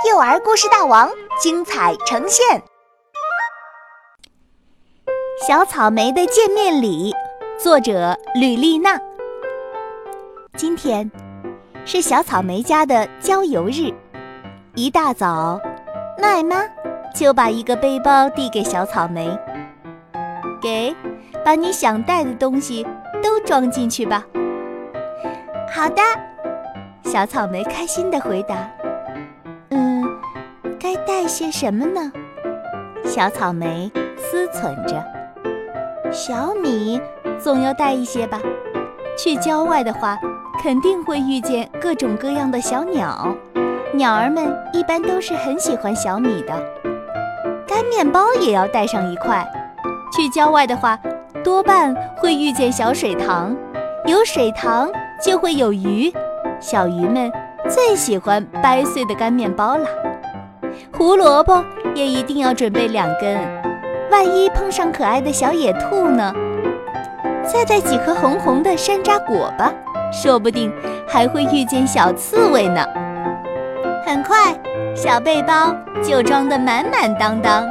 幼儿故事大王精彩呈现。小草莓的见面礼，作者吕丽娜。今天是小草莓家的郊游日，一大早，麦妈就把一个背包递给小草莓，把你想带的东西都装进去吧。好的，小草莓开心地回答。该带些什么呢？小草莓思忖着。小米总要带一些吧，去郊外的话，肯定会遇见各种各样的小鸟，鸟儿们一般都是很喜欢小米的。干面包也要带上一块，去郊外的话，多半会遇见小水塘，有水塘就会有鱼，小鱼们最喜欢掰碎的干面包了。胡萝卜也一定要准备2根，万一碰上可爱的小野兔呢？再带几颗红红的山楂果吧，说不定还会遇见小刺猬呢。很快，小背包就装得满满当当。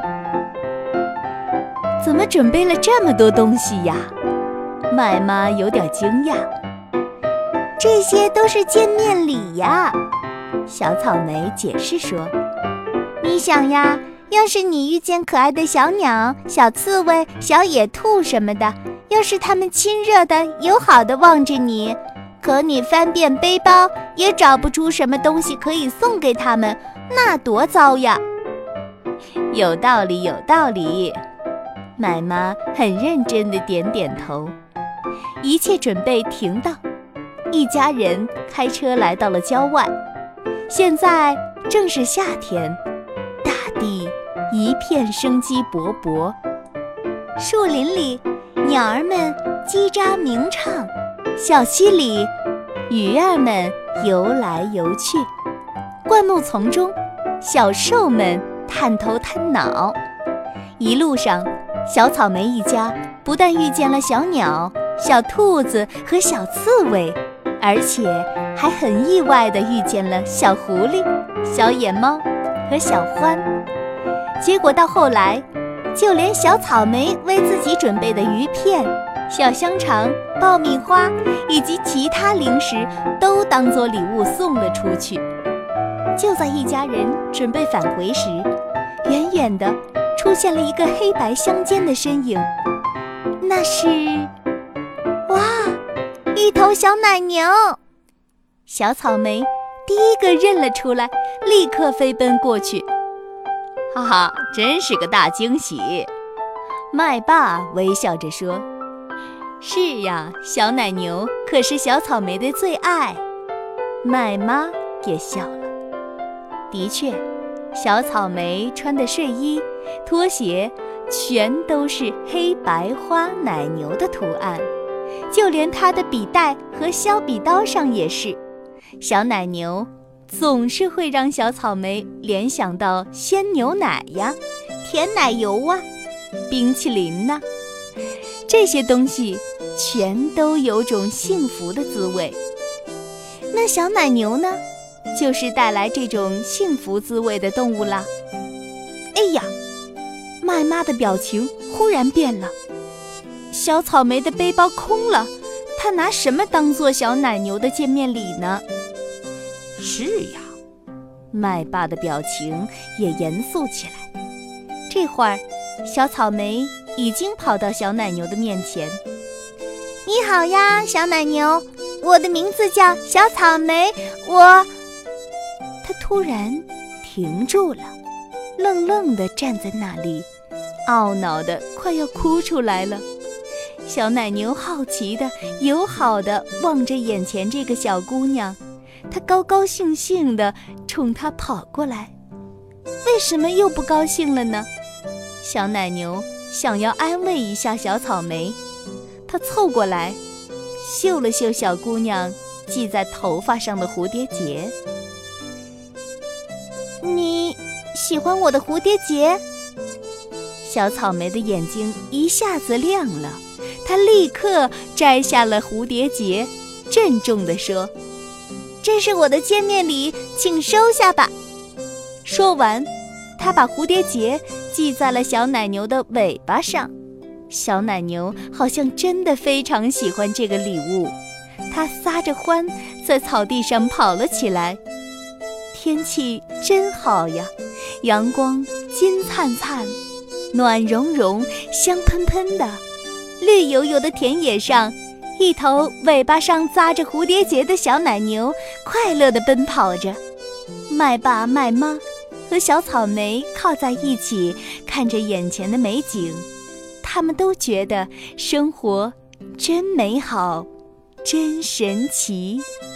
怎么准备了这么多东西呀？麦妈有点惊讶。这些都是见面礼呀，小草莓解释说。你想呀，要是你遇见可爱的小鸟、小刺猬、小野兔什么的，要是它们亲热的、友好的望着你，可你翻遍背包也找不出什么东西可以送给它们，那多糟呀！有道理，有道理。麦妈很认真地点点头。一切准备停当，一家人开车来到了郊外。现在正是夏天，大地一片生机勃勃，树林里鸟儿们叽喳鸣唱，小溪里鱼儿们游来游去，灌木丛中小兽们探头探脑。一路上，小草莓一家不但遇见了小鸟、小兔子和小刺猬，而且还很意外地遇见了小狐狸、小野猫和小獾。结果到后来，就连小草莓为自己准备的鱼片、小香肠、爆米花以及其他零食都当作礼物送了出去。就在一家人准备返回时，远远地出现了一个黑白相间的身影，那是……哇，一头小奶牛！小草莓第一个认了出来，立刻飞奔过去。哈哈，真是个大惊喜！麦爸微笑着说。是呀，小奶牛可是小草莓的最爱。麦妈也笑了。的确，小草莓穿的睡衣、拖鞋全都是黑白花奶牛的图案，就连它的笔袋和削笔刀上也是。小奶牛总是会让小草莓联想到鲜牛奶呀、甜奶油啊、冰淇淋呐，这些东西全都有种幸福的滋味。那小奶牛呢，就是带来这种幸福滋味的动物啦。哎呀，麦妈的表情忽然变了。小草莓的背包空了，她拿什么当做小奶牛的见面礼呢？是呀，麦爸的表情也严肃起来。这会儿，小草莓已经跑到小奶牛的面前。你好呀，小奶牛，我的名字叫小草莓，他突然停住了，愣愣地站在那里，懊恼地快要哭出来了。小奶牛好奇地、友好地望着眼前这个小姑娘，她高高兴兴地冲她跑过来。为什么又不高兴了呢？小奶牛想要安慰一下小草莓，她凑过来，嗅了嗅小姑娘系在头发上的蝴蝶结。你喜欢我的蝴蝶结？小草莓的眼睛一下子亮了，她立刻摘下了蝴蝶结，郑重地说：“这是我的见面礼，请收下吧。” 说完，他把蝴蝶结系在了小奶牛的尾巴上。小奶牛好像真的非常喜欢这个礼物，它撒着欢在草地上跑了起来。天气真好呀，阳光金灿灿，暖融融，香喷喷的。绿油油的田野上，一头尾巴上扎着蝴蝶结的小奶牛快乐地奔跑着。麦爸麦妈和小草莓靠在一起，看着眼前的美景，他们都觉得生活真美好，真神奇。